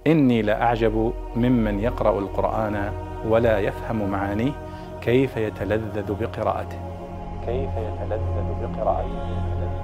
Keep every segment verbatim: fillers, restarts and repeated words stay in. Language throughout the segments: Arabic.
إني لأعجب ممن يقرأ القرآن ولا يفهم معانيه كيف يتلذذ بقراءته كيف يتلذذ بقراءته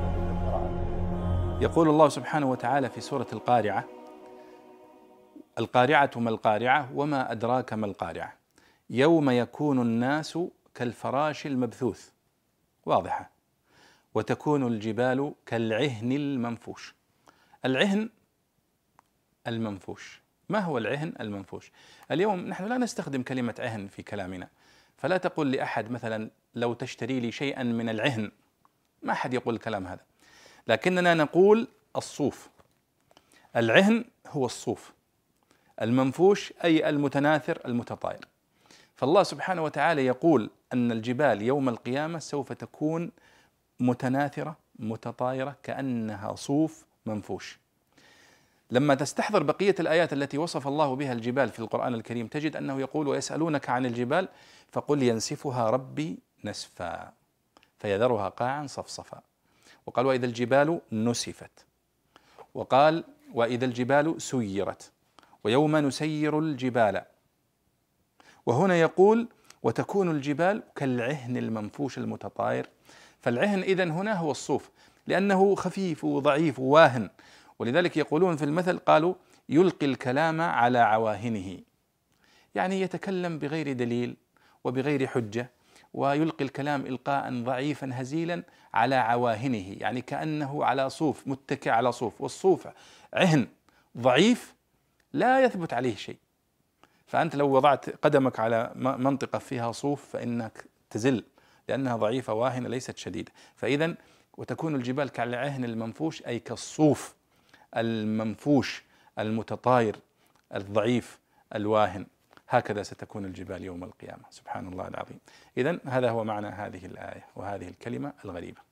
يقول الله سبحانه وتعالى في سورة القارعة: القارعة ما القارعة وما أدراك ما القارعة يوم يكون الناس كالفراش المبثوث. واضحة. وتكون الجبال كالعهن المنفوش. العهن المنفوش. ما هو العهن المنفوش؟ اليوم نحن لا نستخدم كلمة عهن في كلامنا، فلا تقول لأحد مثلا لو تشتري لي شيئا من العهن، ما أحد يقول الكلام هذا، لكننا نقول الصوف. العهن هو الصوف، المنفوش أي المتناثر المتطاير. فالله سبحانه وتعالى يقول أن الجبال يوم القيامة سوف تكون متناثرة متطايرة كأنها صوف منفوش. لما تستحضر بقية الآيات التي وصف الله بها الجبال في القرآن الكريم تجد أنه يقول: ويسألونك عن الجبال فقل ينسفها ربي نسفا فيذرها قاعا صفصفا. وقال: وإذا الجبال نسفت. وقال: وإذا الجبال سيرت، ويوم نسير الجبال. وهنا يقول: وتكون الجبال كالعهن المنفوش المتطاير. فالعهن إذن هنا هو الصوف، لأنه خفيف وضعيف وواهن، ولذلك يقولون في المثل قالوا: يلقي الكلام على عواهنه، يعني يتكلم بغير دليل وبغير حجة، ويلقي الكلام إلقاء ضعيفا هزيلا على عواهنه، يعني كأنه على صوف متكئ على صوف، والصوف عهن ضعيف لا يثبت عليه شيء. فأنت لو وضعت قدمك على منطقة فيها صوف فإنك تزل، لأنها ضعيفة واهنة ليست شديدة. فإذا وتكون الجبال كالعهن المنفوش أي كالصوف المنفوش المتطاير الضعيف الواهن، هكذا ستكون الجبال يوم القيامة. سبحان الله العظيم. إذن هذا هو معنى هذه الآية وهذه الكلمة الغريبة.